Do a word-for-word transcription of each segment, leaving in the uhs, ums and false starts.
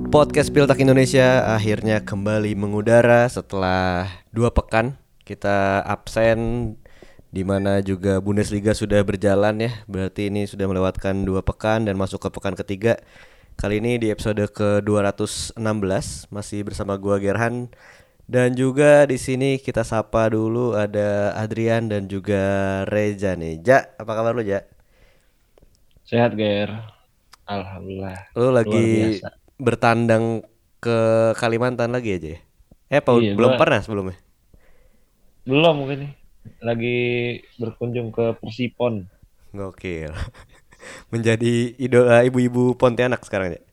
Podcast Piltak Indonesia akhirnya kembali mengudara setelah dua pekan kita absen, di mana juga Bundesliga sudah berjalan ya. Berarti ini sudah melewatkan dua pekan dan masuk ke pekan ketiga. Kali ini di episode ke dua ratus enam belas masih bersama gua Gerhan, dan juga di sini kita sapa dulu ada Adrian dan juga Reza nih. Ja, apa kabar lu, Ja? Sehat, Ger. Alhamdulillah. Lu Luar lagi biasa. bertandang ke Kalimantan lagi aja ya? Eh, apa Iya, belum gua pernah sebelumnya? belum mungkin nih. Lagi berkunjung ke Persipon. Gokil. Menjadi idola ibu-ibu Pontianak sekarang ya.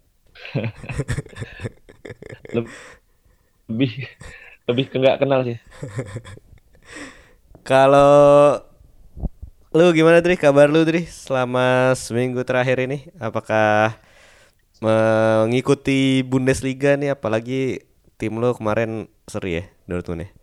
Lebih lebih ke nggak kenal sih. Kalau lu gimana, Dri? Kabar lu, Dri? Selama seminggu terakhir ini, apakah mengikuti Bundesliga nih? Apalagi tim lu kemarin seri ya, Dortmund ya.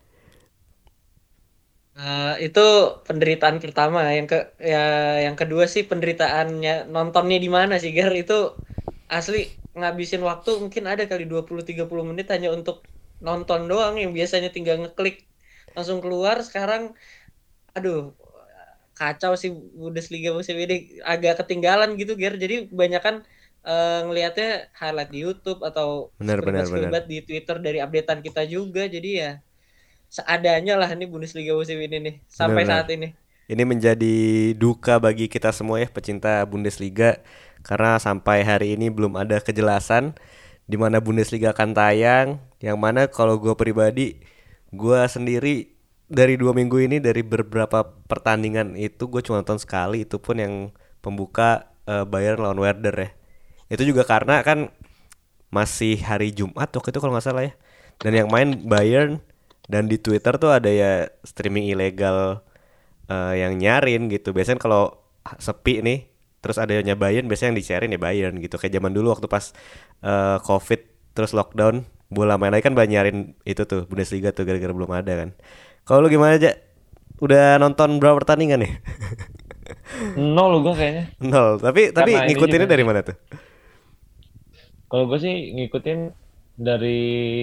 Eh, itu penderitaan pertama. Yang ke ya yang kedua sih penderitaannya nontonnya di mana sih, Gar? Itu asli ngabisin waktu mungkin ada kali dua puluh tiga puluh menit hanya untuk nonton doang, yang biasanya tinggal ngeklik langsung keluar. Sekarang aduh, kacau sih Bundesliga musim ini, agak ketinggalan gitu, Gar. Jadi kebanyakan eh, ngelihatnya highlight di YouTube atau Benar, benar, benar. sekelebat-sekelebat di Twitter dari updatean kita juga. Jadi ya seadanya lah ini Bundesliga musim ini nih Benar, sampai benar. saat ini. Ini menjadi duka bagi kita semua ya, pecinta Bundesliga, karena sampai hari ini belum ada kejelasan di mana Bundesliga akan tayang. Yang mana kalau gue pribadi, gue sendiri dari dua minggu ini, dari beberapa pertandingan itu gue cuma nonton sekali, itu pun yang pembuka eh, Bayern lawan Werder ya. Itu juga karena kan masih hari Jumat waktu itu kalau nggak salah ya. Dan yang main Bayern, dan di Twitter tuh ada ya streaming ilegal eh, yang nyarin gitu. Biasanya kalau sepi nih, terus ada yang Bayern, biasanya yang di-sharein ya Bayern gitu. Kayak zaman dulu waktu pas eh, Covid terus lockdown, bola main lagi kan banyak nyarin itu tuh Bundesliga tuh, gara-gara belum ada kan. Kalau lu gimana aja? Udah nonton berapa pertandingan nih? Nol gua kayaknya. Nol. Tapi tapi Karena ini ngikutinnya juga. dari mana tuh? Kalau gue sih ngikutin dari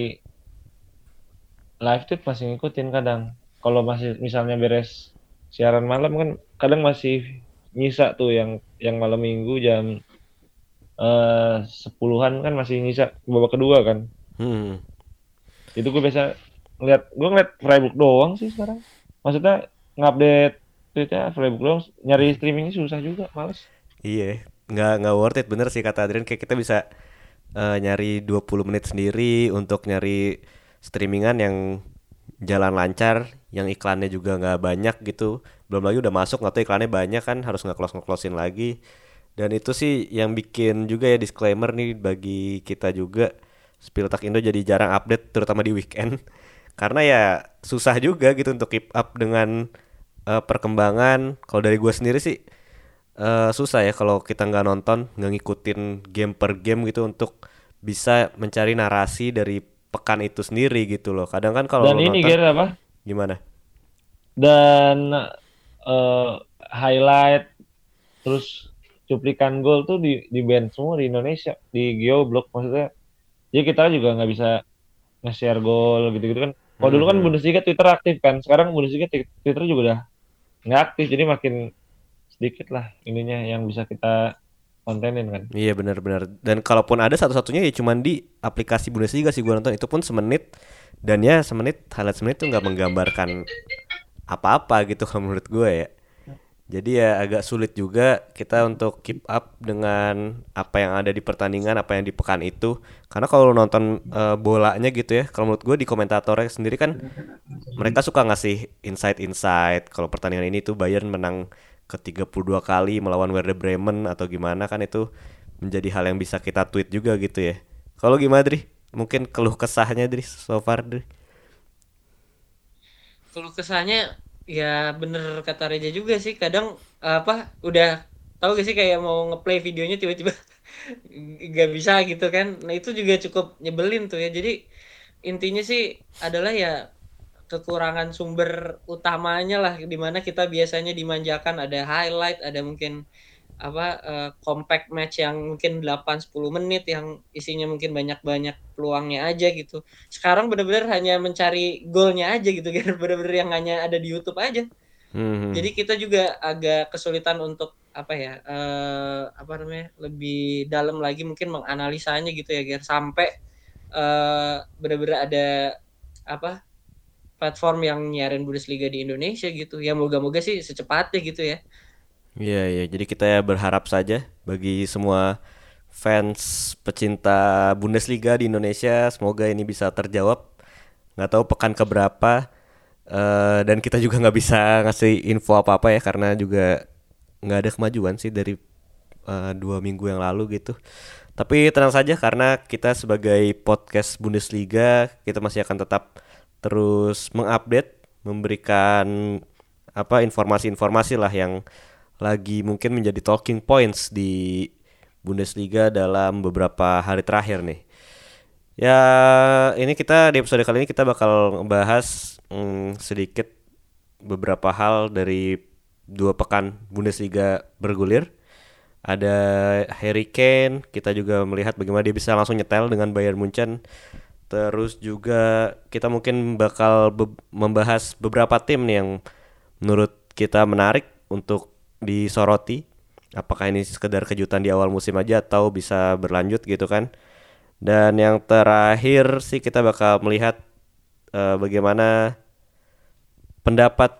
live tweet, masih ngikutin kadang. Kalau masih misalnya beres siaran malam kan kadang masih nyisa tuh yang yang malam minggu jam eh sepuluhan kan masih nyisa babak kedua kan. Hmm. Itu gue biasa ngeliat, gue ngeliat Freiburg doang sih sekarang. Maksudnya ngupdate tweetnya Freiburg doang, nyari streamingnya susah juga, males. Iya, nggak nggak worth it, bener sih kata Adrian. Kayak kita bisa eh, nyari dua puluh menit sendiri untuk nyari streamingan yang jalan lancar, yang iklannya juga nggak banyak gitu. Belum lagi udah masuk nggak tahu iklannya banyak kan, harus nge-close nge-closein lagi. Dan itu sih yang bikin juga ya, disclaimer nih bagi kita juga, Spiltak Indo jadi jarang update terutama di weekend. Karena ya susah juga gitu untuk keep up dengan eh, perkembangan. Kalau dari gue sendiri sih eh, susah ya kalau kita nggak nonton, nggak ngikutin game per game gitu, untuk bisa mencari narasi dari pekan itu sendiri gitu loh. Kadang kan kalau Dan lo ini nonton kira apa? gimana? Dan eh, highlight terus cuplikan gol tuh di di band semua di Indonesia, di Geoblok maksudnya. Jadi kita juga nggak bisa nge-share gol gitu-gitu kan. Kalau dulu kan Mhm. Bundesliga Twitter aktif kan, sekarang Bundesliga Twitter juga udah nggak aktif, jadi makin sedikit lah ininya yang bisa kita kontenin kan. Iya, benar-benar. Dan kalaupun ada, satu-satunya ya cuman di aplikasi Bundesliga sih gua nonton. Itu pun semenit, dan ya semenit, highlight semenit tuh nggak menggambarkan apa-apa gitu kalau menurut gue ya. Jadi ya agak sulit juga kita untuk keep up dengan apa yang ada di pertandingan, apa yang di pekan itu. Karena kalau lu nonton eh, bolanya gitu ya, kalau menurut gue di komentatornya sendiri kan mereka suka ngasih insight-insight. Kalau pertandingan ini tuh Bayern menang ke tiga puluh dua kali melawan Werder Bremen atau gimana, kan itu menjadi hal yang bisa kita tweet juga gitu ya. Kalau gimana, Dri? Mungkin keluh kesahnya, Dri, so far, Dri. Kalau kesannya ya bener kata Reja juga sih, kadang apa udah tahu gak sih kayak mau ngeplay videonya tiba-tiba nggak bisa gitu kan. Nah itu juga cukup nyebelin tuh ya. Jadi intinya sih adalah ya kekurangan sumber utamanya lah, dimana kita biasanya dimanjakan ada highlight, ada mungkin apa uh, compact match yang mungkin delapan sepuluh menit yang isinya mungkin banyak-banyak peluangnya aja gitu. Sekarang benar-benar hanya mencari golnya aja gitu kan, benar-benar yang hanya ada di YouTube aja. Hmm. Jadi kita juga agak kesulitan untuk apa ya uh, apa namanya lebih dalam lagi mungkin menganalisanya gitu ya Ger, sampai uh, benar-benar ada apa platform yang nyiarin Bundesliga di Indonesia gitu. Ya moga-moga sih secepatnya gitu ya. Iya, iya. Jadi kita ya berharap saja bagi semua fans pecinta Bundesliga di Indonesia, semoga ini bisa terjawab. Nggak tahu pekan keberapa, uh, dan kita juga nggak bisa ngasih info apa-apa ya, karena juga nggak ada kemajuan sih dari uh, dua minggu yang lalu gitu. Tapi tenang saja, karena kita sebagai podcast Bundesliga, kita masih akan tetap terus mengupdate, memberikan apa informasi-informasi lah yang lagi mungkin menjadi talking points di Bundesliga dalam beberapa hari terakhir nih. Ya, ini kita di episode kali ini kita bakal ngebahas hmm, sedikit beberapa hal dari dua pekan Bundesliga bergulir. Ada Harry Kane, kita juga melihat bagaimana dia bisa langsung nyetel dengan Bayern Munchen. Terus juga kita mungkin bakal be- membahas beberapa tim nih yang menurut kita menarik untuk disoroti. Apakah ini sekedar kejutan di awal musim aja atau bisa berlanjut gitu kan. Dan yang terakhir sih kita bakal melihat uh, bagaimana pendapat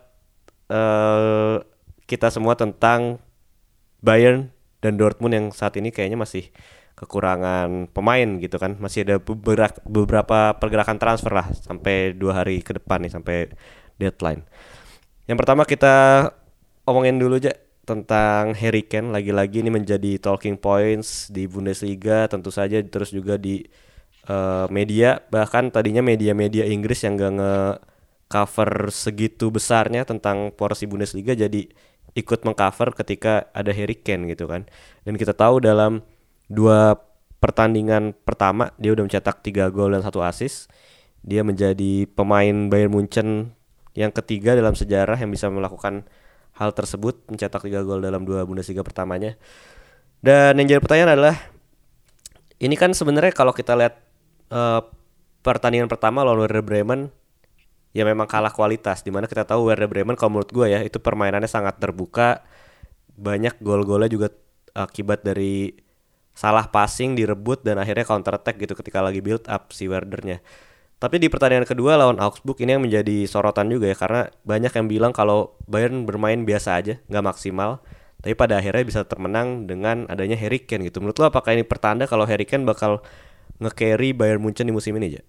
uh, kita semua tentang Bayern dan Dortmund yang saat ini kayaknya masih kekurangan pemain gitu kan. Masih ada beberapa, beberapa pergerakan transfer lah sampai dua hari ke depan nih, sampai deadline. Yang pertama kita omongin dulu aja tentang Harry Kane. Lagi-lagi ini menjadi talking points di Bundesliga tentu saja, terus juga di uh, media. Bahkan tadinya media-media Inggris yang gak nge-cover segitu besarnya tentang porsi Bundesliga jadi ikut mengcover ketika ada Harry Kane gitu kan. Dan kita tahu dalam dua pertandingan pertama dia udah mencetak tiga gol dan satu assist. Dia menjadi pemain Bayern Munchen yang ketiga dalam sejarah yang bisa melakukan hal tersebut, mencetak tiga gol dalam dua Bundesliga pertamanya. Dan yang jadi pertanyaan adalah, ini kan sebenarnya kalau kita lihat uh, pertandingan pertama lawan Werder Bremen, ya memang kalah kualitas. Dimana kita tahu Werder Bremen kalau menurut gue ya, itu permainannya sangat terbuka. Banyak gol-golnya juga akibat dari salah passing, direbut, dan akhirnya counter attack gitu ketika lagi build up si Werdernya. Tapi di pertandingan kedua lawan Augsburg ini yang menjadi sorotan juga ya, karena banyak yang bilang kalau Bayern bermain biasa aja, nggak maksimal, tapi pada akhirnya bisa termenang dengan adanya Harry Kane gitu. Menurut lo apakah ini pertanda kalau Harry Kane bakal nge-carry Bayern Munchen di musim ini aja?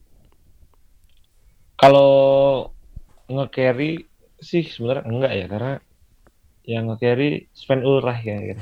Kalau nge-carry sih sebenarnya enggak ya, karena yang nge-carry Sven Ulreich ya gitu.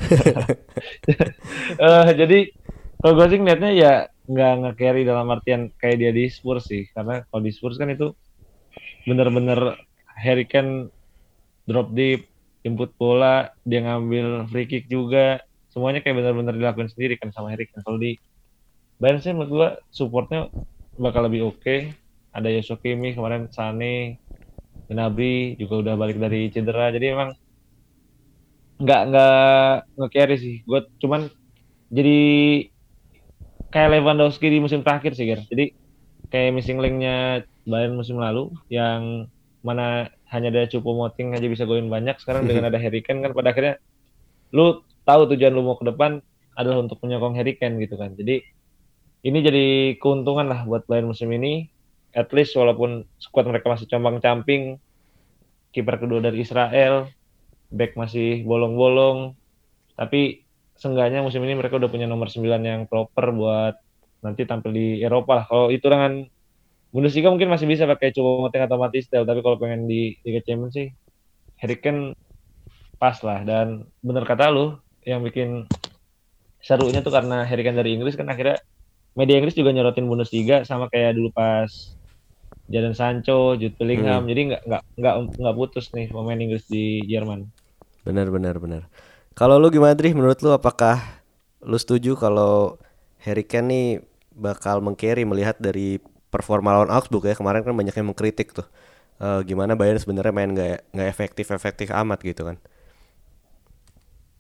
uh, jadi kalau gue sih ngeliatnya ya nggak nge-carry dalam artian kayak dia di Spurs sih, karena kalau di Spurs kan itu bener-bener Harry Kane drop deep, jemput bola, dia ngambil free kick juga, semuanya kayak bener-bener dilakuin sendiri kan sama Harry Kane. Kalau di Bayern sih menurut gue supportnya bakal lebih oke. Okay. Ada Joshua Kimmich, kemarin Sané, Gnabry juga udah balik dari cedera, jadi emang nggak nggak nge-carry sih. Gue cuman jadi kayak Lewandowski di musim terakhir sih, Ger. Jadi kayak missing link-nya Bayern musim lalu yang mana hanya ada Choupo-Moting aja bisa golin banyak. Sekarang dengan ada Harry Kane kan pada akhirnya lu tahu tujuan lu mau ke depan adalah untuk menyokong Harry Kane gitu kan. Jadi ini jadi keuntungan lah buat Bayern musim ini. At least walaupun skuad mereka masih compang-camping, kiper kedua dari Israel, back masih bolong-bolong, tapi seenggaknya musim ini mereka udah punya nomor sembilan yang proper buat nanti tampil di Eropa lah. Kalau itu dengan Bundesliga mungkin masih bisa pakai Choupo-Moting atau Matistel, tapi kalau pengen di Liga Champions sih Harry Kane pas lah. Dan bener kata lu, yang bikin serunya tuh karena Harry Kane dari Inggris kan akhirnya media Inggris juga nyorotin Bundesliga, sama kayak dulu pas Jadon Sancho, Jude Bellingham. Hmm. Jadi nggak nggak nggak nggak putus nih pemain Inggris di Jerman. Benar benar benar. Kalau lu gimana, Dri? Menurut lu apakah lu setuju kalau Harry Kane nih bakal meng-carry melihat dari performa lawan Augsburg ya? Kemarin kan banyak yang mengkritik tuh. Uh, gimana Bayern sebenarnya main nggak nggak efektif efektif amat gitu kan?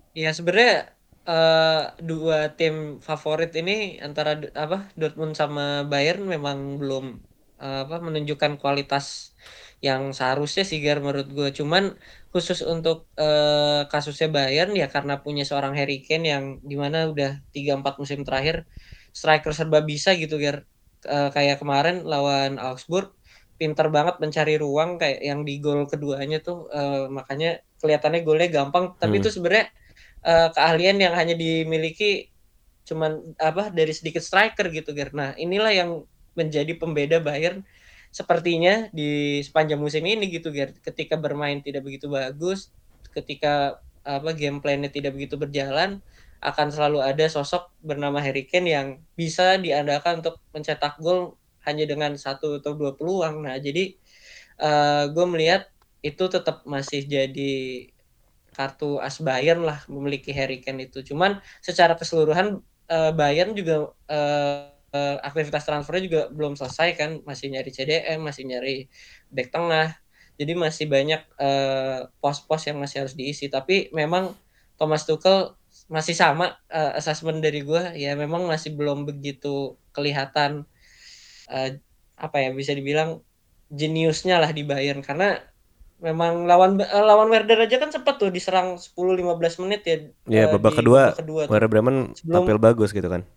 Ya sebenarnya eh, dua tim favorit ini antara D- apa Dortmund sama Bayern memang belum eh, apa menunjukkan kualitas yang seharusnya sih Gar menurut gue. Cuman khusus untuk eh, kasusnya Bayern ya karena punya seorang Harry Kane yang dimana udah tiga empat musim terakhir striker serba bisa gitu Gar. Eh, kayak kemarin lawan Augsburg pinter banget mencari ruang kayak yang di gol keduanya tuh eh, makanya kelihatannya golnya gampang tapi itu Hmm. sebenarnya eh, keahlian yang hanya dimiliki cuman apa dari sedikit striker gitu Ger. Nah, inilah yang menjadi pembeda Bayern sepertinya di sepanjang musim ini gitu Ger. Ketika bermain tidak begitu bagus, ketika apa game plan-nya tidak begitu berjalan, akan selalu ada sosok bernama Harry Kane yang bisa diandalkan untuk mencetak gol hanya dengan satu atau dua peluang. Nah, jadi uh, gue melihat itu tetap masih jadi kartu as Bayern lah memiliki Harry Kane itu. Cuman secara keseluruhan uh, Bayern juga uh, uh, aktivitas transfernya juga belum selesai kan, masih nyari C D M, masih nyari back tengah. Jadi masih banyak uh, pos-pos yang masih harus diisi. Tapi memang Thomas Tuchel masih sama uh, assessment dari gue ya memang masih belum begitu kelihatan uh, apa ya bisa dibilang jeniusnya lah di Bayern karena memang lawan eh, lawan Werder aja kan sempat tuh diserang sepuluh sampai lima belas menit ya Ya eh, babak di kedua babak kedua tuh. Werder Bremen Sebelum tampil bagus gitu kan.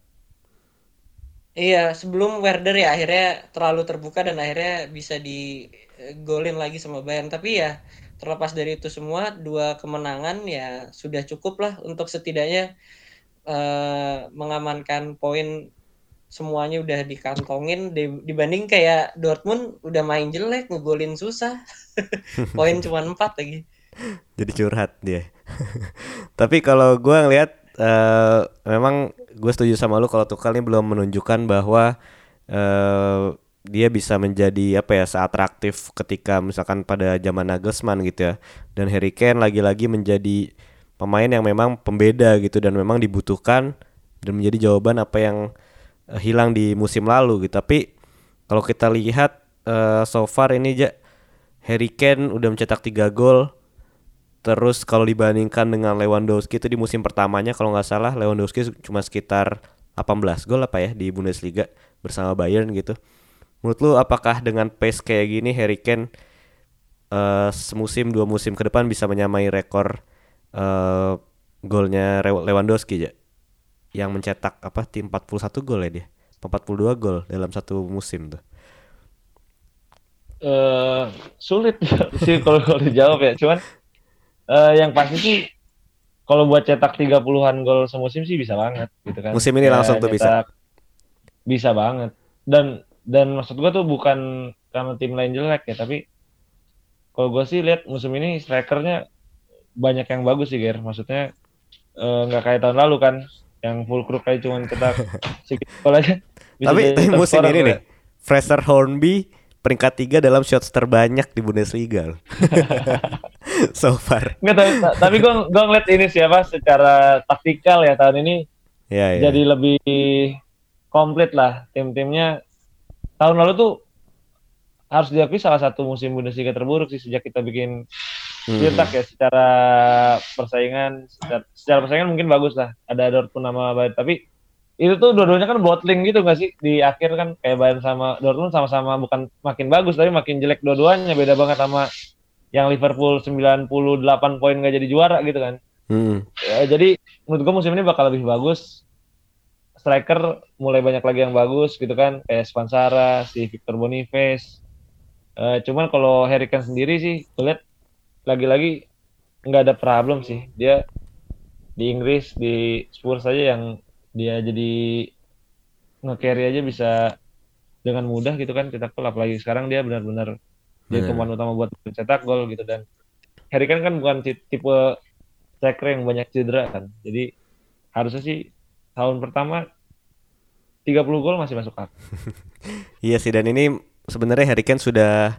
iya, sebelum Werder ya akhirnya terlalu terbuka dan akhirnya bisa digolin lagi sama Bayern. Tapi ya terlepas dari itu semua dua kemenangan ya sudah cukup lah untuk setidaknya eh, mengamankan poin semuanya udah dikantongin dibanding kayak Dortmund udah main jelek ngegolin susah. Poin cuma empat lagi. Jadi curhat dia. Tapi kalau gue ngelihat eh, memang gue setuju sama lu kalau Tuchel ini belum menunjukkan bahwa eh, dia bisa menjadi apa ya seatraktif ketika misalkan pada zaman Nagelsmann gitu ya. Dan Harry Kane lagi-lagi menjadi pemain yang memang pembeda gitu dan memang dibutuhkan dan menjadi jawaban apa yang eh, hilang di musim lalu gitu. Tapi kalau kita lihat eh, so far ini ja, Harry Kane udah mencetak tiga gol. Terus kalau dibandingkan dengan Lewandowski itu di musim pertamanya kalau nggak salah Lewandowski cuma sekitar delapan belas gol apa ya di Bundesliga bersama Bayern gitu. Menurut lu apakah dengan pace kayak gini Harry Kane eh, semusim dua musim ke depan bisa menyamai rekor eh, golnya Re- Lewandowski ya? Yang mencetak apa tim empat puluh satu gol ya dia. empat puluh dua gol dalam satu musim tuh. Eh sulit sih kalau kalau dijawab ya. Cuman eh, yang pasti sih kalau buat cetak tiga puluhan gol semusim sih bisa banget gitu kan. Musim ini langsung Ya tuh bisa. nyetak bisa banget. Dan dan maksud gua tuh bukan karena tim lain jelek ya, tapi kalau gua sih lihat musim ini strikernya banyak yang bagus sih, Ger. Maksudnya eh, nggak kayak tahun lalu kan, yang full crew kayak cuman cetak sedikit gol aja bisa Tapi, jadi tapi top musim scorer ini nih ya. Fraser Hornby peringkat tiga dalam shots terbanyak di Bundesliga loh. So far. Nggak, tapi, tapi gue gue ngeliat ini siapa secara taktikal ya tahun ini Ya jadi ya. lebih komplit lah tim-timnya. Tahun lalu tuh harus diakui salah satu musim Bundesliga terburuk sih sejak kita bikin cetak Mhm. ya secara persaingan secara, secara persaingan mungkin bagus lah ada Dortmund sama Bayern tapi itu tuh dua-duanya kan bottling gitu nggak sih di akhir kan kayak Bayern sama Dortmund sama-sama bukan makin bagus tapi makin jelek dua-duanya beda banget sama yang Liverpool sembilan puluh delapan poin nggak jadi juara gitu kan. Mhm. Ya, jadi menurut gue musim ini bakal lebih bagus. Striker mulai banyak lagi yang bagus gitu kan, kayak Spansara, si Victor Boniface. Uh, cuman kalau Harry Kane sendiri sih, gue lihat lagi-lagi nggak ada problem sih. Dia di Inggris, di Spurs aja yang dia jadi nge-carry aja bisa dengan mudah gitu kan cetak gol. Apalagi sekarang dia benar-benar jadi Benar. tumpuan utama buat cetak gol gitu dan Harry Kane kan bukan tipe striker yang banyak cedera kan. Jadi harusnya sih tahun pertama tiga puluh gol masih masuk akal. Iya sih dan ini sebenarnya Harry Kane sudah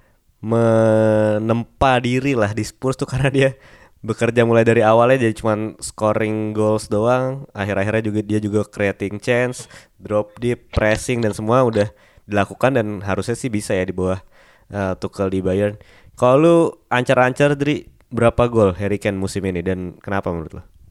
menempa diri lah di Spurs tuh karena dia bekerja mulai dari awalnya jadi cuman scoring goals doang, akhir-akhirnya juga dia juga creating chance, drop deep, pressing dan semua udah dilakukan dan harusnya sih bisa ya di bawah uh, Tuchel di Bayern. Kalau lu ancar-ancar dari berapa gol Harry Kane musim ini dan kenapa menurut lu?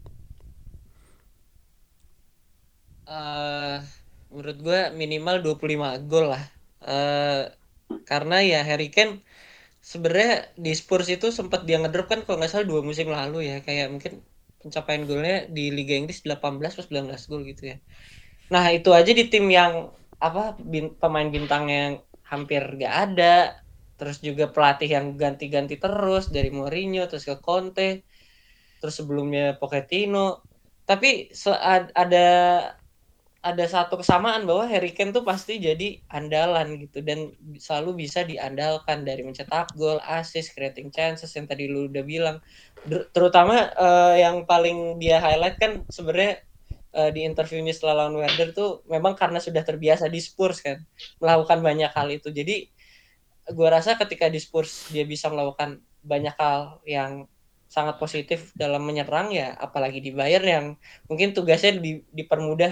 Eh, menurut gue minimal dua puluh lima gol lah. Eh, karena ya Harry Kane sebenarnya di Spurs itu sempat dia ngedrop kan kalau nggak salah dua musim lalu ya, kayak mungkin pencapaian golnya di Liga Inggris delapan belas atau sembilan belas gol gitu ya. Nah itu aja di tim yang apa bin, pemain bintang yang hampir gak ada, terus juga pelatih yang ganti-ganti terus dari Mourinho terus ke Conte, terus sebelumnya Pochettino. Tapi se- ada ada satu kesamaan bahwa Harry Kane tuh pasti jadi andalan gitu dan selalu bisa diandalkan dari mencetak gol, assist, creating chances yang tadi lu udah bilang. Terutama uh, yang paling dia highlight kan sebenarnya uh, di interviewnya setelah lawan Werder tuh memang karena sudah terbiasa di Spurs kan melakukan banyak hal itu. Jadi gue rasa ketika di Spurs dia bisa melakukan banyak hal yang sangat positif dalam menyerang ya, apalagi di Bayern yang mungkin tugasnya di, dipermudah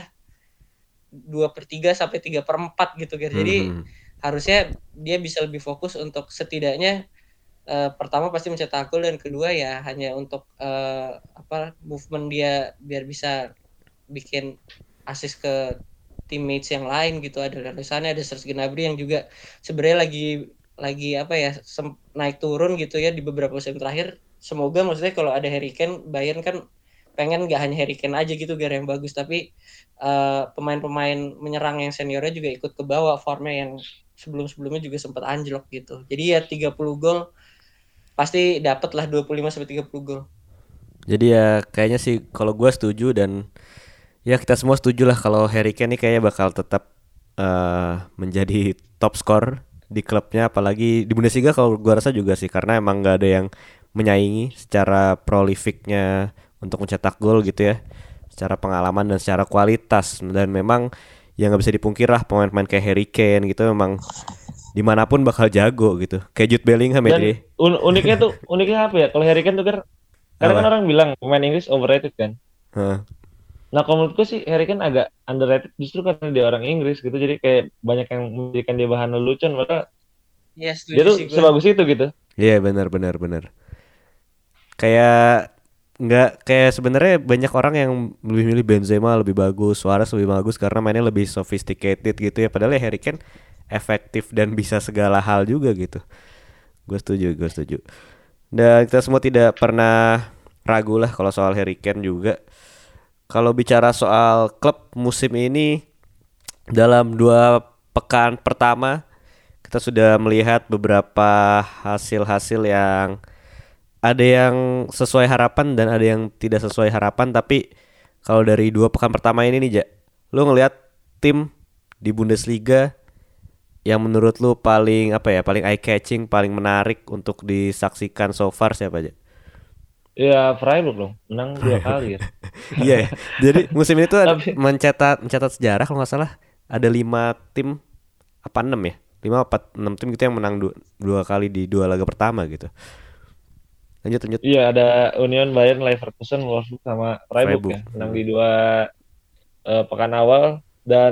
dua per tiga sampai tiga per empat gitu kan. Jadi Hmm. harusnya dia bisa lebih fokus untuk setidaknya uh, pertama pasti mencetak gol dan kedua ya hanya untuk uh, apa movement dia biar bisa bikin assist ke teammates yang lain gitu. Ada Leroy ada Serge Gnabry yang juga sebenarnya lagi lagi apa ya sem- naik turun gitu ya di beberapa musim terakhir. Semoga maksudnya kalau ada Harry Kane, Bayern kan pengen nggak hanya Harry Kane aja gitu gara yang bagus, tapi uh, pemain-pemain menyerang yang seniornya juga ikut ke bawah formnya yang sebelum-sebelumnya juga sempat anjlok gitu. Jadi ya tiga puluh gol pasti dapat lah dua puluh lima sampai tiga puluh gol. Jadi ya kayaknya sih kalau gue setuju dan ya kita semua setuju lah kalau Harry Kane ini kayaknya bakal tetap uh, menjadi top skor di klubnya, apalagi di Bundesliga kalau gue rasa juga sih karena emang nggak ada yang menyaingi secara prolifiknya untuk mencetak gol gitu ya, secara pengalaman dan secara kualitas. Dan memang yang nggak bisa dipungkir lah pemain-pemain kayak Harry Kane gitu memang dimanapun bakal jago gitu, kayak Jude Bellingham ya Dan dia. un- uniknya tuh uniknya apa ya? Kalau Harry Kane tuh kan karena kan Apa? orang bilang pemain Inggris overrated kan. Hah. Nah, kalau menurutku sih Harry Kane agak underrated justru karena dia orang Inggris gitu. Jadi kayak banyak yang menjadikan dia bahan lelucon, padahal Ya dia setuju tuh sih gue. sebagus itu gitu. Iya, benar benar benar. Kayak nggak kayak sebenarnya banyak orang yang lebih milih Benzema lebih bagus, Suarez lebih bagus karena mainnya lebih sophisticated gitu ya. Padahal ya Harry Kane efektif dan bisa segala hal juga gitu. Gue setuju, gue setuju. Dan kita semua tidak pernah ragu lah kalau soal Harry Kane juga. Kalau bicara soal klub musim ini dalam dua pekan pertama kita sudah melihat beberapa hasil-hasil yang ada yang sesuai harapan dan ada yang tidak sesuai harapan. Tapi kalau dari dua pekan pertama ini nih, Ja, lu ngelihat tim di Bundesliga yang menurut lu paling apa ya, paling eye catching, paling menarik untuk disaksikan so far siapa aja? Ya Freiburg loh, menang dua kali ya. Iya ya. Jadi musim ini tuh ada- Tapi mencetak mencatat sejarah kalau nggak salah ada lima tim apa enam ya? Lima apa enam tim gitu yang menang dua, dua kali di dua laga pertama gitu. Lanjut lanjut. iya ada Union Bayern, Leverkusen, Wolfsburg sama Freiburg Freiburg. ya, menang Hmm. di dua eh, pekan awal. Dan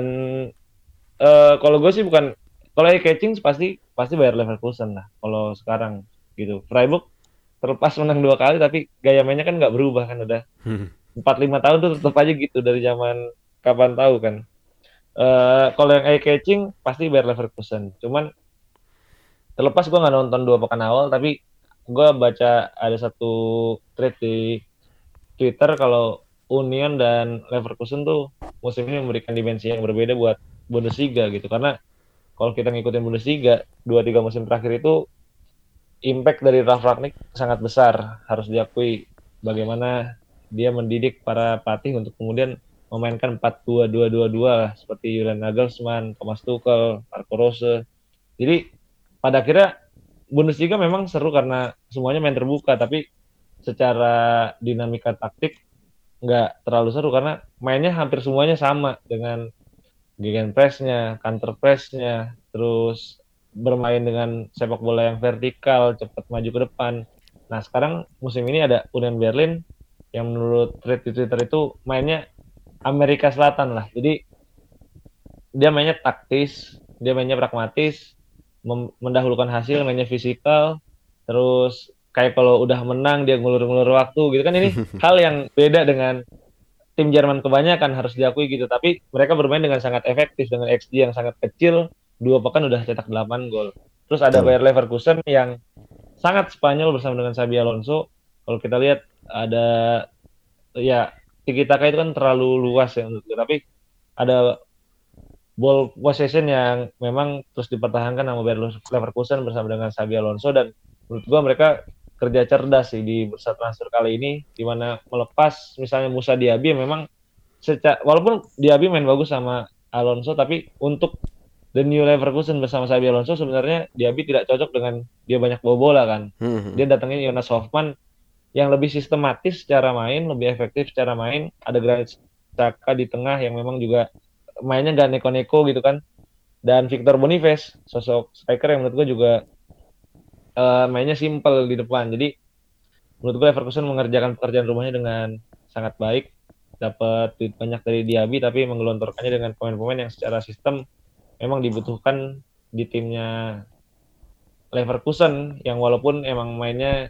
eh, kalau gue sih bukan, kalau eye catching pasti pasti Bayer Leverkusen lah. Kalau sekarang gitu, Freiburg terlepas menang dua kali tapi gaya mainnya kan nggak berubah kan, udah empat lima tahun tuh tetap aja gitu dari zaman kapan tahu kan. Eh kalau yang eye catching pasti Bayer Leverkusen. Cuman terlepas gue nggak nonton dua pekan awal, tapi gue baca ada satu thread di Twitter kalau Union dan Leverkusen tuh musim ini memberikan dimensi yang berbeda buat Bundesliga gitu. Karena kalau kita ngikutin Bundesliga dua tiga musim terakhir itu impact dari Ralf Rangnick sangat besar, harus diakui bagaimana dia mendidik para pelatih untuk kemudian memainkan empat dua dua dua dua seperti Julian Nagelsmann, Thomas Tuchel, Marco Rose. Jadi pada akhirnya Bundesliga memang seru karena semuanya main terbuka, tapi secara dinamika taktik nggak terlalu seru karena mainnya hampir semuanya sama dengan gegenpressnya, counter pressnya, terus bermain dengan sepak bola yang vertikal, cepat maju ke depan. Nah sekarang musim ini ada Union Berlin yang menurut thread di Twitter itu mainnya Amerika Selatan lah. Jadi dia mainnya taktis, dia mainnya pragmatis, mendahulukan hasil, mainnya fisikal, terus kayak kalau udah menang dia ngulur-ngulur waktu gitu kan. Ini hal yang beda dengan tim Jerman kebanyakan, harus diakui gitu. Tapi mereka bermain dengan sangat efektif dengan X G yang sangat kecil, dua pekan udah cetak delapan gol. Terus ada Betul. Bayer Leverkusen yang sangat Spanyol bersama dengan Xabi Alonso. Kalau kita lihat ada ya tiki taka itu kan terlalu luas ya menurut gue. Tapi ada ball possession yang memang terus dipertahankan sama Bayer Leverkusen bersama dengan Xabi Alonso, dan menurut gua mereka kerja cerdas sih di bursa transfer kali ini, di mana melepas misalnya Musa Diaby yang memang secara, walaupun Diaby main bagus sama Alonso, tapi untuk the new Leverkusen bersama Xabi Alonso sebenarnya Diaby tidak cocok dengan dia banyak bawa bola kan. Hmm. Dia datangin Jonas Hofmann yang lebih sistematis secara main, lebih efektif secara main. Ada Granit Xhaka di tengah yang memang juga mainnya gak neko-neko gitu kan. Dan Victor Boniface, sosok striker yang menurut gue juga uh, mainnya simple di depan. Jadi menurut gue Leverkusen mengerjakan pekerjaan rumahnya dengan sangat baik. Dapat duit banyak dari Diaby, tapi menggelontorkannya dengan pemain-pemain yang secara sistem memang dibutuhkan di timnya Leverkusen, yang walaupun emang mainnya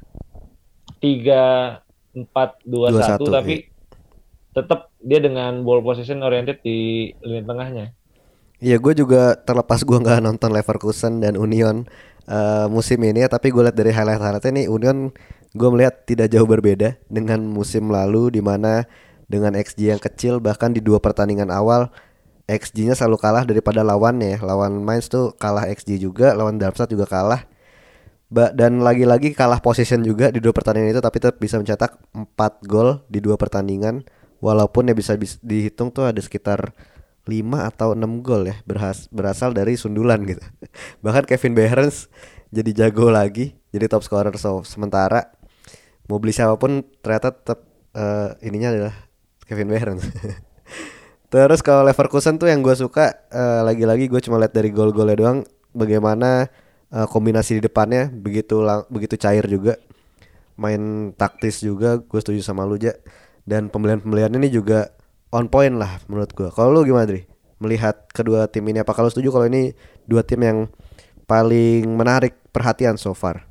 tiga empat dua satu tapi iya. Tetap dia dengan ball possession oriented di lini tengahnya. Iya, gue juga terlepas gue nggak nonton Leverkusen dan Union uh, musim ini ya, tapi gue lihat dari highlight-highlightnya nih, Union gue melihat tidak jauh berbeda dengan musim lalu, di mana dengan X G yang kecil, bahkan di dua pertandingan awal X G-nya selalu kalah daripada lawannya ya. Lawan Mainz tuh kalah X G juga, lawan Darmstadt juga kalah. Ba- dan lagi-lagi kalah position juga di dua pertandingan itu, tapi tetap bisa mencetak empat gol di dua pertandingan. Walaupun ya bisa, bisa dihitung tuh ada sekitar lima atau enam gol ya berhas- berasal dari sundulan gitu. Bahkan Kevin Behrens jadi jago lagi, jadi top scorer. So, sementara mau beli siapapun ternyata tetap uh, ininya adalah Kevin Behrens. Terus kalau Leverkusen tuh yang gue suka, uh, lagi-lagi gue cuma lihat dari gol-golnya doang, bagaimana uh, kombinasi di depannya begitu lang- begitu cair juga, main taktis juga. Gue setuju sama lu, Ja. Dan pembelian-pembelian ini juga on point lah menurut gue. Kalau lu gimana, Dri? Melihat kedua tim ini, apa kalau setuju kalau ini dua tim yang paling menarik perhatian so far?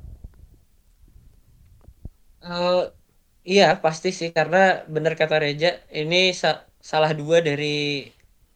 Uh, iya pasti sih, karena benar kata Reja, ini sa- salah dua dari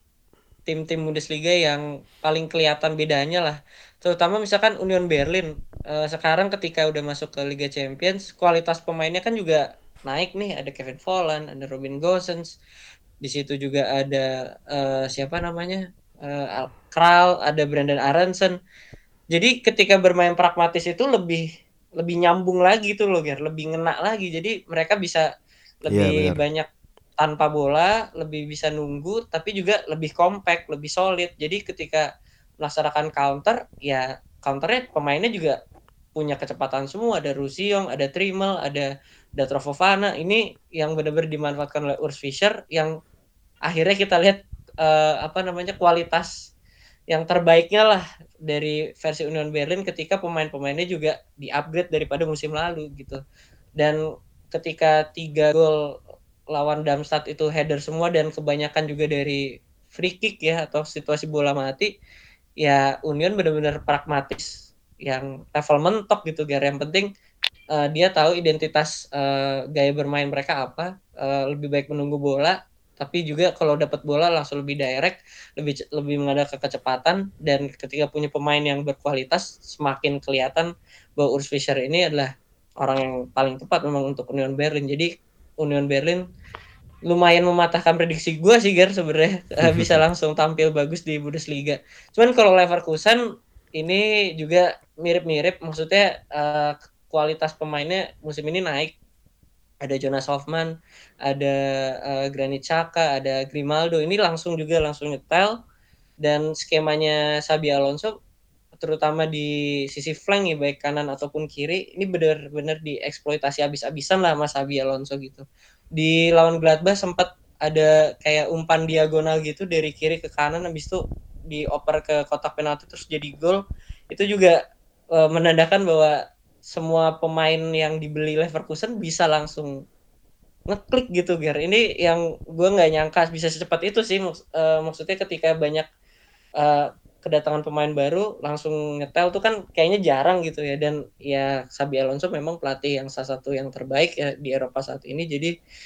tim-tim Bundesliga yang paling kelihatan bedanya lah. Terutama misalkan Union Berlin. Uh, sekarang ketika udah masuk ke Liga Champions, kualitas pemainnya kan juga naik nih. Ada Kevin Volland, ada Robin Gosens. Di situ juga ada uh, siapa namanya? Uh, Kral, ada Brandon Aronson. Jadi ketika bermain pragmatis itu lebih lebih nyambung lagi tuh loh, Ger. Lebih ngena lagi. Jadi mereka bisa lebih Iya, banyak tanpa bola, lebih bisa nunggu, tapi juga lebih compact, lebih solid. Jadi ketika melaksanakan counter, ya counternya pemainnya juga punya kecepatan semua. Ada Rusiong, ada Trimmel, ada Datro Fofana. Ini yang benar-benar dimanfaatkan oleh Urs Fischer, yang akhirnya kita lihat uh, apa namanya kualitas yang terbaiknya lah dari versi Union Berlin ketika pemain-pemainnya juga di-upgrade daripada musim lalu gitu. Dan ketika tiga gol lawan Darmstadt itu header semua dan kebanyakan juga dari free kick ya atau situasi bola mati, ya Union benar-benar pragmatis yang level mentok gitu, Gar. Yang penting uh, dia tahu identitas uh, gaya bermain mereka apa, uh, lebih baik menunggu bola, tapi juga kalau dapat bola langsung lebih direct, lebih lebih mengandalkan kecepatan. Dan ketika punya pemain yang berkualitas, semakin kelihatan bahwa Urs Fischer ini adalah orang yang paling tepat memang untuk Union Berlin. Jadi Union Berlin lumayan mematahkan prediksi gue sih, Gar, sebenarnya bisa langsung tampil bagus di Bundesliga. Cuman kalau Leverkusen ini juga mirip-mirip, maksudnya uh, kualitas pemainnya musim ini naik. Ada Jonas Hofmann, ada uh, Granit Xhaka, ada Grimaldo. Ini langsung juga langsung nyetel. Dan skemanya Xabi Alonso, terutama di sisi flank ya, baik kanan ataupun kiri, ini benar-benar dieksploitasi habis-habisan lah Mas Xabi Alonso gitu. Di lawan Gladbach sempat ada kayak umpan diagonal gitu dari kiri ke kanan, habis itu dioper ke kotak penalti terus jadi gol. Itu juga uh, menandakan bahwa semua pemain yang dibeli Leverkusen bisa langsung ngeklik gitu, Gar. Ini yang gue nggak nyangka bisa secepat itu sih. Maks- uh, maksudnya ketika banyak uh, kedatangan pemain baru langsung nyetel tuh kan kayaknya jarang gitu ya. Dan ya Xabi Alonso memang pelatih yang salah satu yang terbaik ya di Eropa saat ini. Jadi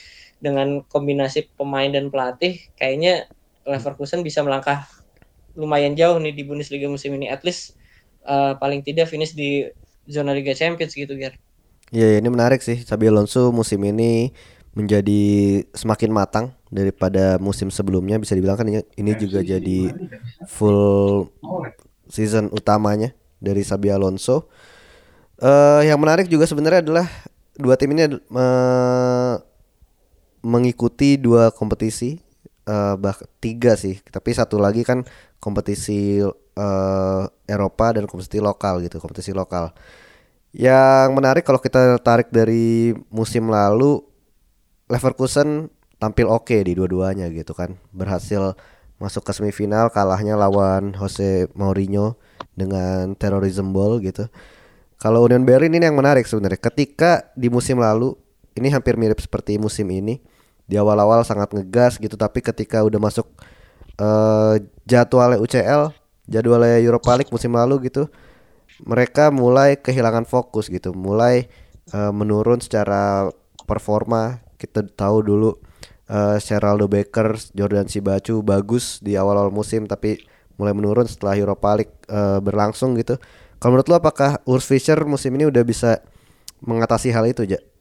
dengan kombinasi pemain dan pelatih kayaknya Leverkusen bisa melangkah lumayan jauh nih di Bundesliga musim ini, at least uh, paling tidak finish di zona Liga Champions gitu, Ger. Iya, ini menarik sih. Xabi Alonso musim ini menjadi semakin matang daripada musim sebelumnya. Bisa dibilang kan ini, ini juga jadi full season utamanya dari Xabi Alonso. Uh, yang menarik juga sebenarnya adalah dua tim ini uh, mengikuti dua kompetisi, uh, bah tiga sih, tapi satu lagi kan kompetisi uh, Eropa dan kompetisi lokal gitu, kompetisi lokal. Yang menarik kalau kita tarik dari musim lalu, Leverkusen tampil oke di dua-duanya gitu kan, berhasil masuk ke semifinal, kalahnya lawan Jose Mourinho dengan terrorism ball gitu. Kalau Union Berlin ini yang menarik sebenarnya. Ketika di musim lalu, ini hampir mirip seperti musim ini. Di awal-awal sangat ngegas gitu, tapi ketika udah masuk uh, jadwalnya U C L, jadwalnya Europa League musim lalu gitu, mereka mulai kehilangan fokus gitu, mulai uh, menurun secara performa. Kita tahu dulu uh, Sheraldo Becker, Jordan Sibachu bagus di awal-awal musim, tapi mulai menurun setelah Europa League uh, berlangsung gitu. Kalau menurut lo apakah Urs Fischer musim ini udah bisa mengatasi hal itu, Ja?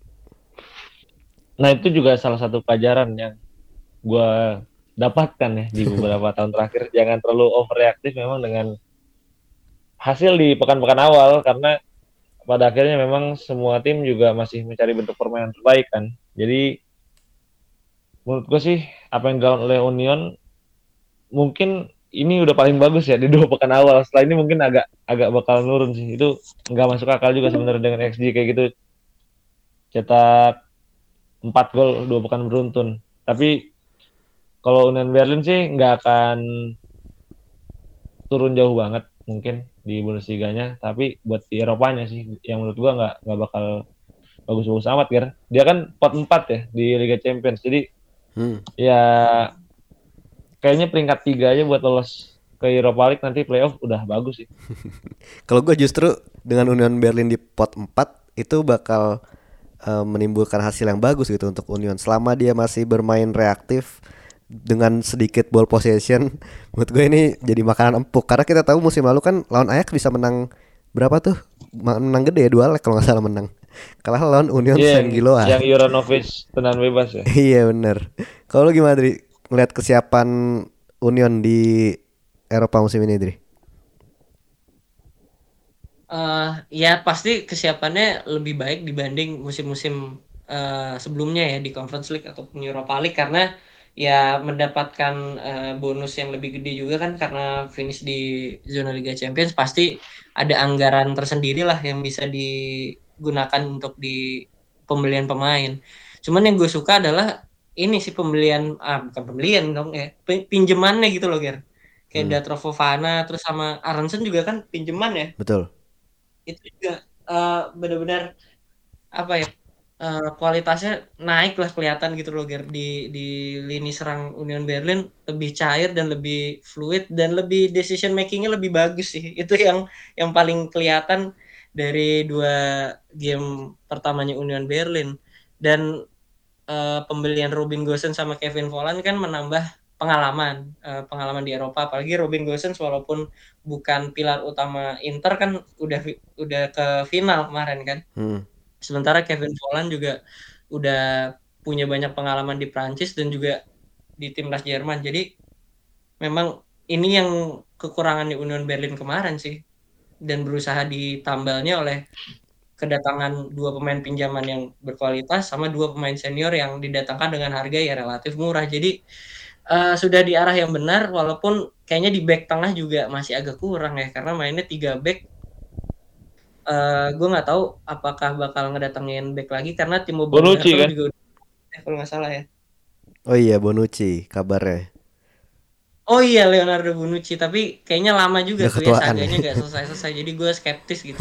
Nah itu juga salah satu pelajaran yang gue dapatkan ya di beberapa tahun terakhir. Jangan terlalu overreaktif memang dengan hasil di pekan-pekan awal, karena pada akhirnya memang semua tim juga masih mencari bentuk permainan terbaik kan. Jadi menurut gue sih apa yang dilakukan oleh Union mungkin ini udah paling bagus ya di dua pekan awal. Setelah ini mungkin agak agak bakal nurun sih. Itu nggak masuk akal juga sebenarnya dengan X G kayak gitu. Cetak empat gol dua pekan beruntun. Tapi kalau Union Berlin sih nggak akan turun jauh banget mungkin di Bundesliga-nya. Tapi buat di Eropanya sih yang menurut gua nggak nggak bakal bagus-bagus amat, Ger. Dia kan pot empat ya di Liga Champions. Jadi hmm. ya kayaknya peringkat tiga aja buat lolos ke Europa League nanti playoff udah bagus sih. Kalau gue justru dengan Union Berlin di pot empat itu bakal uh, menimbulkan hasil yang bagus gitu untuk Union. Selama dia masih bermain reaktif dengan sedikit ball possession, menurut gue ini jadi makanan empuk. Karena kita tahu musim lalu kan lawan Ajax bisa menang berapa tuh? Menang gede ya, dua leg kalau nggak salah menang. Kalah lawan Union yeah, Saint Gilloise. Yang Juranovic tendangan bebas ya. Iya bener. Kalau gimana Dri? Ngeliat kesiapan Union di Eropa musim ini, Dri? Uh, ya pasti kesiapannya lebih baik dibanding musim-musim uh, sebelumnya ya di Conference League ataupun Europa League, karena ya mendapatkan uh, bonus yang lebih gede juga kan karena finish di zona Liga Champions. Pasti ada anggaran tersendiri lah yang bisa digunakan untuk di pembelian pemain. Cuman yang gue suka adalah ini sih pembelian, ah bukan pembelian dong ya, pinjemannya gitu loh, Ger. Kayak hmm. Datro Fofana terus sama Aronson juga kan pinjeman ya. Betul. Itu juga uh, benar-benar apa ya, uh, kualitasnya naik lah, kelihatan gitu loh, Ger. Di di lini serang Union Berlin lebih cair dan lebih fluid dan lebih decision makingnya lebih bagus sih. Itu yang yang paling kelihatan dari dua game pertamanya Union Berlin. Dan Uh, pembelian Robin Gosens sama Kevin Volland kan menambah pengalaman uh, pengalaman di Eropa. Apalagi Robin Gosens walaupun bukan pilar utama Inter kan udah udah ke final kemarin kan. Hmm. Sementara Kevin Volland juga udah punya banyak pengalaman di Prancis dan juga di timnas Jerman. Jadi memang ini yang kekurangan di Union Berlin kemarin sih, dan berusaha ditambalnya oleh kedatangan dua pemain pinjaman yang berkualitas sama dua pemain senior yang didatangkan dengan harga ya relatif murah. Jadi uh, sudah di arah yang benar, walaupun kayaknya di back tengah juga masih agak kurang ya, karena mainnya tiga back. Uh, gue nggak tahu apakah bakal ngedatengin back lagi karena Timo Bonucci kan juga eh, kalau nggak salah ya. Oh iya, Bonucci kabarnya. Oh iya, Leonardo Bonucci, tapi kayaknya lama juga tuh ya saganya nggak selesai-selesai. Jadi gue skeptis gitu.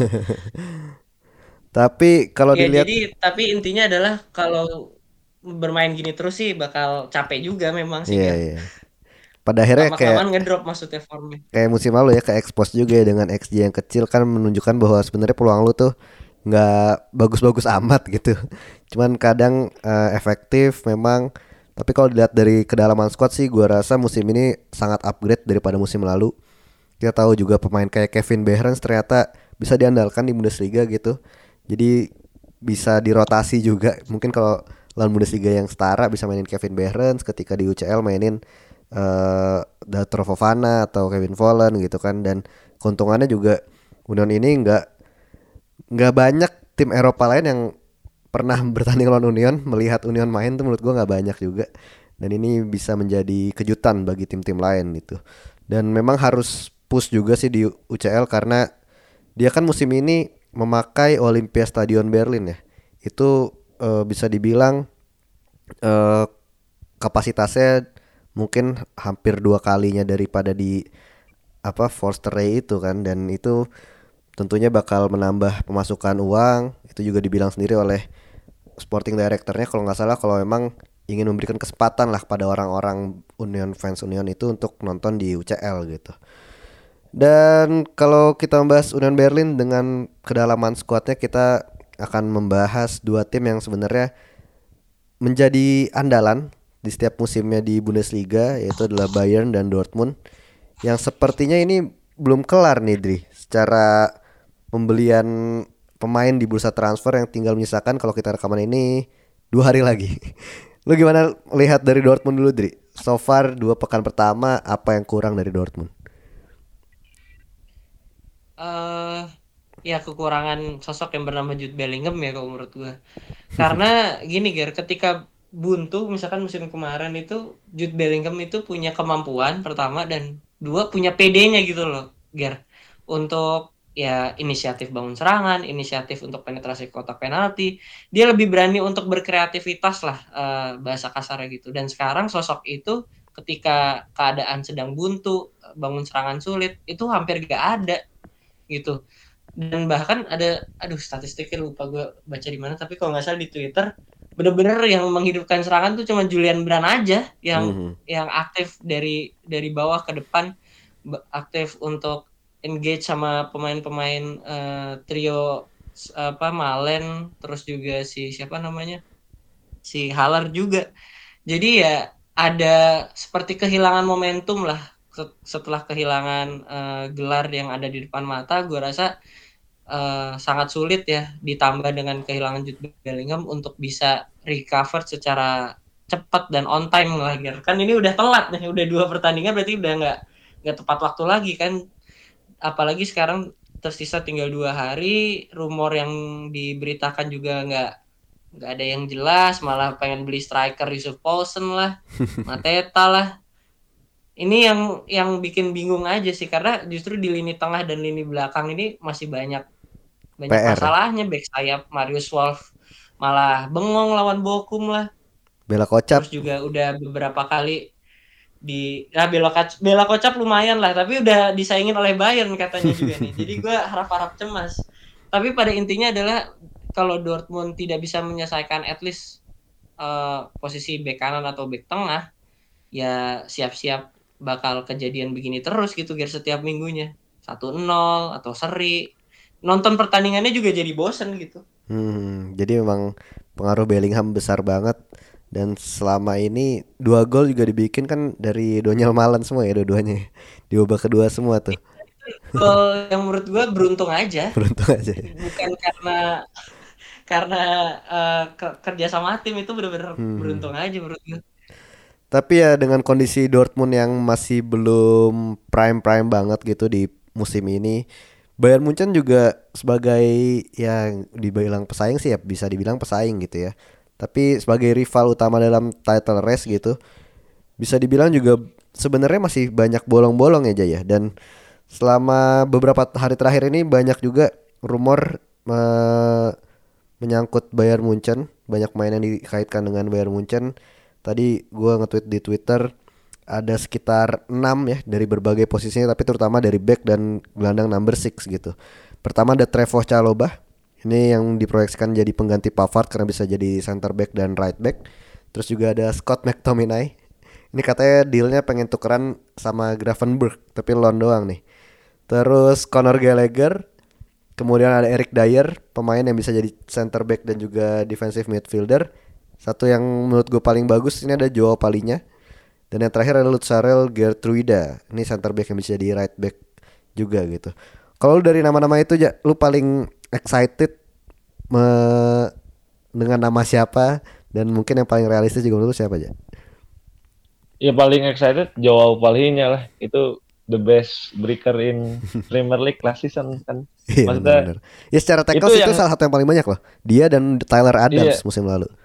Tapi kalau ya, dilihat, jadi tapi intinya adalah kalau bermain gini terus sih bakal capek juga memang sih. Iya, kan. iya. Pada akhirnya kayak ngedrop maksudnya formnya. Kayak musim lalu ya, ke expose juga ya dengan X G yang kecil kan menunjukkan bahwa sebenarnya peluang lu tuh nggak bagus-bagus amat gitu. Cuman kadang uh, efektif memang. Tapi kalau dilihat dari kedalaman squad sih, gue rasa musim ini sangat upgrade daripada musim lalu. Kita tahu juga pemain kayak Kevin Behrens ternyata bisa diandalkan di Bundesliga gitu. Jadi bisa dirotasi juga. Mungkin kalau lawan Bundesliga yang setara bisa mainin Kevin Behrens, ketika di U C L mainin uh, Dator Fofana atau Kevin Volland gitu kan. Dan keuntungannya juga Union ini nggak nggak banyak tim Eropa lain yang pernah bertanding lawan Union. Melihat Union main tuh menurut gue nggak banyak juga, dan ini bisa menjadi kejutan bagi tim-tim lain gitu. Dan memang harus push juga sih di U C L karena dia kan musim ini memakai Olympia Stadion Berlin ya. Itu uh, bisa dibilang uh, kapasitasnya mungkin hampir dua kalinya daripada di apa Forster itu kan, dan itu tentunya bakal menambah pemasukan uang. Itu juga dibilang sendiri oleh sporting directornya kalau nggak salah, kalau memang ingin memberikan kesempatan lah pada orang-orang Union, fans Union itu untuk nonton di U C L gitu. Dan kalau kita membahas Union Berlin dengan kedalaman skuadnya, kita akan membahas dua tim yang sebenarnya menjadi andalan di setiap musimnya di Bundesliga, yaitu adalah Bayern dan Dortmund, yang sepertinya ini belum kelar nih Dri, secara pembelian pemain di bursa transfer yang tinggal menyisakan kalau kita rekaman ini dua hari lagi. Lu gimana lihat dari Dortmund dulu Dri? So far dua pekan pertama, apa yang kurang dari Dortmund? Uh, ya kekurangan sosok yang bernama Jude Bellingham ya kalau menurut gue. Karena gini Ger, ketika buntu misalkan musim kemarin itu Jude Bellingham itu punya kemampuan pertama, dan dua punya P D-nya gitu loh Ger, untuk ya inisiatif bangun serangan, inisiatif untuk penetrasi kotak penalti. Dia lebih berani untuk berkreativitas lah, uh, bahasa kasarnya gitu. Dan sekarang sosok itu ketika keadaan sedang buntu, bangun serangan sulit, itu hampir gak ada gitu. Dan bahkan ada, aduh statistiknya lupa gue baca di mana, tapi kalau nggak salah di Twitter, bener-bener yang menghidupkan serangan tuh cuma Julian Brand aja yang mm-hmm. yang aktif dari dari bawah ke depan, aktif untuk engage sama pemain-pemain uh, trio apa Malen, terus juga si siapa namanya si Haller juga. Jadi ya ada seperti kehilangan momentum lah setelah kehilangan uh, gelar yang ada di depan mata. Gue rasa uh, sangat sulit ya, ditambah dengan kehilangan Jude Bellingham untuk bisa recover secara cepat dan on time lah. Kan ini udah telat nih, udah dua pertandingan berarti udah nggak nggak tepat waktu lagi kan. Apalagi sekarang tersisa tinggal dua hari, rumor yang diberitakan juga nggak nggak ada yang jelas, malah pengen beli striker Yusuf Poulsen lah, Mateta lah. Ini yang yang bikin bingung aja sih, karena justru di lini tengah dan lini belakang ini masih banyak banyak P R. Masalahnya. Back sayap Marius Wolf malah bengong lawan Bochum lah. Bela Kocap. Terus juga udah beberapa kali di nah Bela Kocap, Bela Kocap lumayan lah, tapi udah disaingin oleh Bayern katanya juga nih. Jadi gue harap-harap cemas. Tapi pada intinya adalah kalau Dortmund tidak bisa menyelesaikan at least uh, posisi bek kanan atau bek tengah, ya siap-siap bakal kejadian begini terus gitu Ger, setiap minggunya satu nol atau seri. Nonton pertandingannya juga jadi bosen gitu. Hmm, jadi memang pengaruh Bellingham besar banget. Dan selama ini dua gol juga dibikin kan dari Donyell Malen semua ya, dua-duanya di babak kedua semua tuh. Gol yang menurut gue beruntung aja. Beruntung aja. Bukan karena karena uh, kerja sama tim, itu benar-benar hmm. beruntung aja menurut gue. Tapi ya dengan kondisi Dortmund yang masih belum prime-prime banget gitu di musim ini, Bayern Munchen juga sebagai yang dibilang pesaing sih ya, bisa dibilang pesaing gitu ya. Tapi sebagai rival utama dalam title race gitu, bisa dibilang juga sebenarnya masih banyak bolong-bolong ya Jaya. Dan selama beberapa hari terakhir ini banyak juga rumor me- menyangkut Bayern Munchen. Banyak main yang dikaitkan dengan Bayern Munchen. Tadi gue nge-tweet di Twitter ada sekitar enam ya dari berbagai posisinya, tapi terutama dari back dan gelandang number six gitu. Pertama ada Trevoh Chalobah. Ini yang diproyeksikan jadi pengganti Pavard karena bisa jadi center back dan right back. Terus juga ada Scott McTominay. Ini katanya dealnya pengen tukeran sama Gravenberch, tapi loan doang nih. Terus Conor Gallagher, Kemudian ada Eric Dyer, pemain yang bisa jadi center back dan juga defensive midfielder. Satu yang menurut gue paling bagus ini ada Joao Palhinha. Dan yang terakhir ada Lutsarel Gertruida. Ini center back yang bisa jadi right back juga gitu. Kalau lu dari nama-nama itu ya, lu paling excited me- dengan nama siapa? Dan mungkin yang paling realistis juga menurut lu siapa aja? Ya paling excited Joao Palhinha lah. Itu the best breaker in Premier League last season kan. Iya Maksudnya benar-benar. Ya secara tackles itu itu, yang- salah satu yang paling banyak loh. Dia dan Tyler Adams Iya. musim lalu.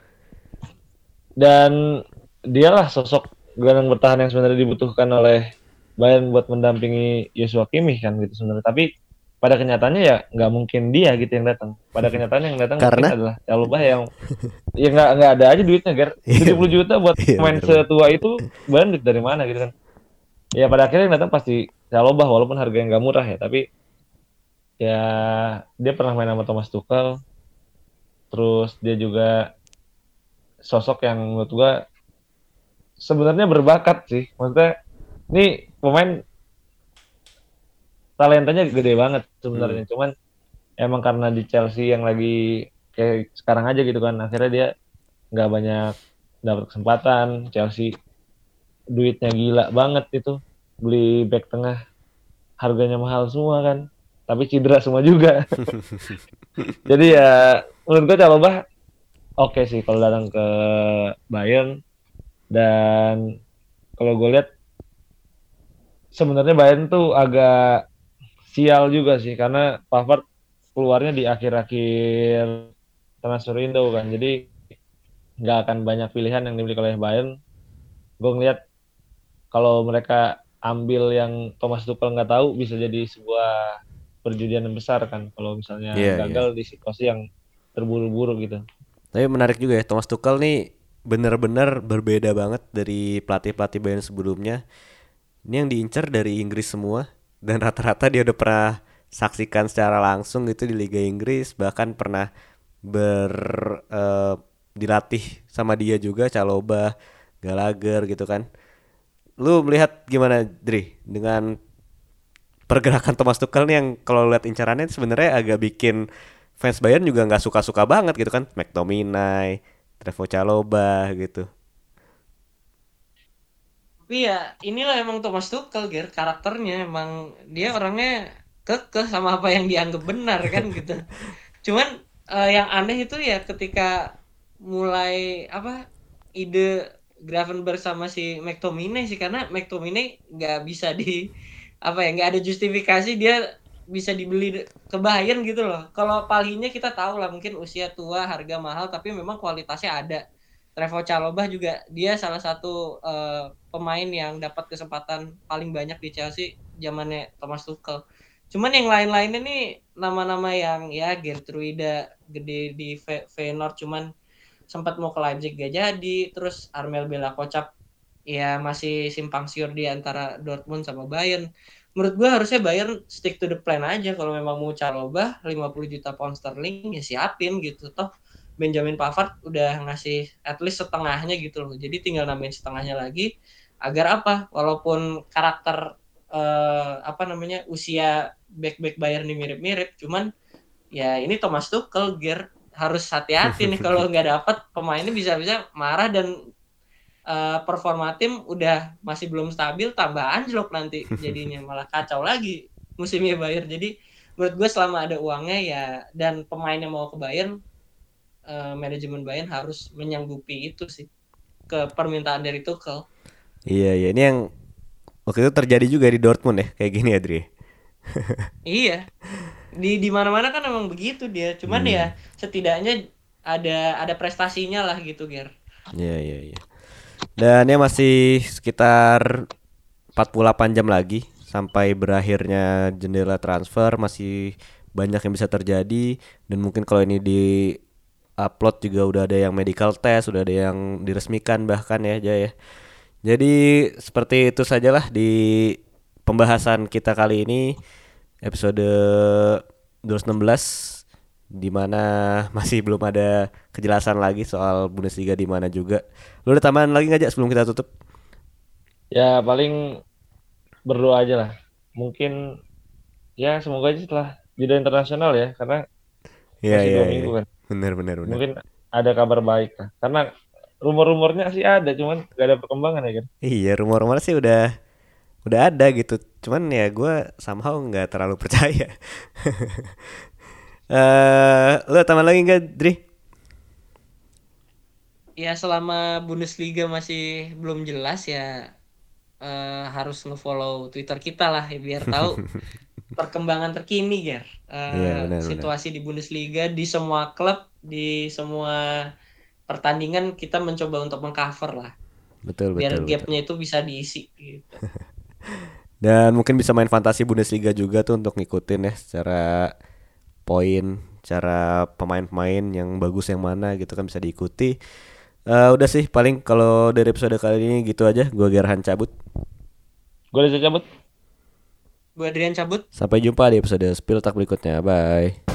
Dan dialah sosok gelandang bertahan yang sebenarnya dibutuhkan oleh Bayern buat mendampingi Joshua Kimmich kan gitu sebenarnya. Tapi pada kenyataannya ya nggak mungkin dia gitu yang datang. Pada kenyataannya yang datang Karena? mungkin adalah Chalobah yang ya nggak nggak ada aja duitnya, Ger. Iya, tujuh puluh juta buat iya, pemain bener-bener. setua itu Bayern duit dari mana gitu kan. Ya pada akhirnya yang datang pasti Chalobah walaupun harganya nggak murah ya, tapi ya dia pernah main sama Thomas Tuchel. Terus dia juga sosok yang menurut gua sebenarnya berbakat sih. Maksudnya ini pemain talentanya gede banget sebenarnya. Hmm. Cuman emang karena di Chelsea yang lagi kayak sekarang aja gitu kan, akhirnya dia nggak banyak dapat kesempatan. Chelsea duitnya gila banget itu, beli back tengah harganya mahal semua kan, tapi cedera semua juga. Jadi ya menurut gue Chalobah oke sih kalau datang ke Bayern. Dan kalau gue lihat sebenarnya Bayern tuh agak sial juga sih karena Pavard keluarnya di akhir-akhir transfer window kan, jadi nggak akan banyak pilihan yang dimiliki oleh Bayern. Gue ngeliat kalau mereka ambil yang Thomas Tuchel nggak tahu bisa jadi sebuah perjudian yang besar kan kalau misalnya Iya, gagal di situasi yang terburu-buru gitu. Tapi menarik juga ya, Thomas Tuchel nih bener-bener berbeda banget dari pelatih-pelatih Bayern sebelumnya. Ini yang diincar dari Inggris semua dan rata-rata dia udah pernah saksikan secara langsung gitu di Liga Inggris, bahkan pernah ber eh, dilatih sama dia juga, Chalobah, Gallagher gitu kan. Lu melihat gimana, Dri, dengan pergerakan Thomas Tuchel nih yang kalau lihat incarannya sebenarnya agak bikin fans Bayern juga nggak suka-suka banget gitu kan, McTominay, Trevoh Chalobah gitu. Tapi ya inilah emang Thomas Tuchel, Ger, karakternya emang dia orangnya kekeh sama apa yang dianggap benar kan gitu. Cuman eh, yang aneh itu ya ketika mulai apa ide Gravenberch sama si McTominay sih, karena McTominay nggak bisa di apa ya nggak ada justifikasi dia bisa dibeli ke Bayern gitu loh. Kalau Palhinha kita tahu lah mungkin usia tua, harga mahal, tapi memang kualitasnya ada. Trevoh Chalobah juga dia salah satu uh, pemain yang dapat kesempatan paling banyak di Chelsea zamannya Thomas Tuchel. Cuman yang lain-lainnya nih nama-nama yang ya Gertruida gede di Feyenoord cuman sempat mau ke Leipzig gak jadi, terus Armel Bella Kocap ya masih simpang siur di antara Dortmund sama Bayern. Menurut gue harusnya Bayern stick to the plan aja, kalau memang mau Chalobah lima puluh juta pound sterling ya siapin gitu, toh Benjamin Pavard udah ngasih at least setengahnya gitu loh. Jadi tinggal nambahin setengahnya lagi agar apa? Walaupun karakter eh, apa namanya usia back-back Bayern ini mirip-mirip, cuman ya ini Thomas Tuchel, Ger, harus hati-hati nih kalau nggak dapat pemainnya bisa-bisa marah dan uh, performa tim udah masih belum stabil tambah anjlok nanti jadinya malah kacau lagi musimnya Bayern. Jadi menurut gue selama ada uangnya ya dan pemainnya mau ke Bayern, Uh, manajemen Bayern harus menyanggupi itu sih ke permintaan dari Tuchel. Iya, iya, ini yang waktu itu terjadi juga di Dortmund ya, kayak gini ya, Dri. Iya. Di di mana-mana kan emang begitu dia. Cuman Hmm. ya setidaknya ada ada prestasinya lah gitu, Ger. Iya, iya, iya. Dan ya masih sekitar empat puluh delapan jam lagi sampai berakhirnya jendela transfer, masih banyak yang bisa terjadi dan mungkin kalau ini di upload juga udah ada yang medical test, udah ada yang diresmikan bahkan ya, Jay ya. Jadi seperti itu sajalah di pembahasan kita kali ini episode dua ratus enam belas di mana masih belum ada kejelasan lagi soal Bundesliga di mana juga. Lu ada tambahan lagi nggak, Jak, sebelum kita tutup? Ya paling berdoa aja lah. Mungkin ya semoga aja setelah jeda internasional ya, karena Iya masih iya dua iya. minggu kan. Benar benar benar. Mungkin ada kabar baik lah. Karena rumor-rumornya sih ada, cuman gak ada perkembangan ya kan. Iya, rumor-rumor sih udah udah ada gitu. Cuman ya gue somehow nggak terlalu percaya. Eh, lo tambah lagi nggak, Dri? Ya selama Bundesliga masih belum jelas ya eh, harus ngefollow Twitter kita lah ya, biar tahu perkembangan terkini ya. Iya Eh, benar benar. situasi di Bundesliga di semua klub, di semua pertandingan kita mencoba untuk mengcover lah Betul biar betul betul. gapnya itu bisa diisi gitu. Dan mungkin bisa main fantasi Bundesliga juga tuh untuk ngikutin ya secara poin, cara pemain-pemain yang bagus yang mana gitu kan bisa diikuti. Eh, udah sih paling kalau dari episode kali ini gitu aja. Gua Gerhan cabut. Gue bisa cabut. Gue Adrian cabut. Sampai jumpa di episode Spill Talk berikutnya. Bye.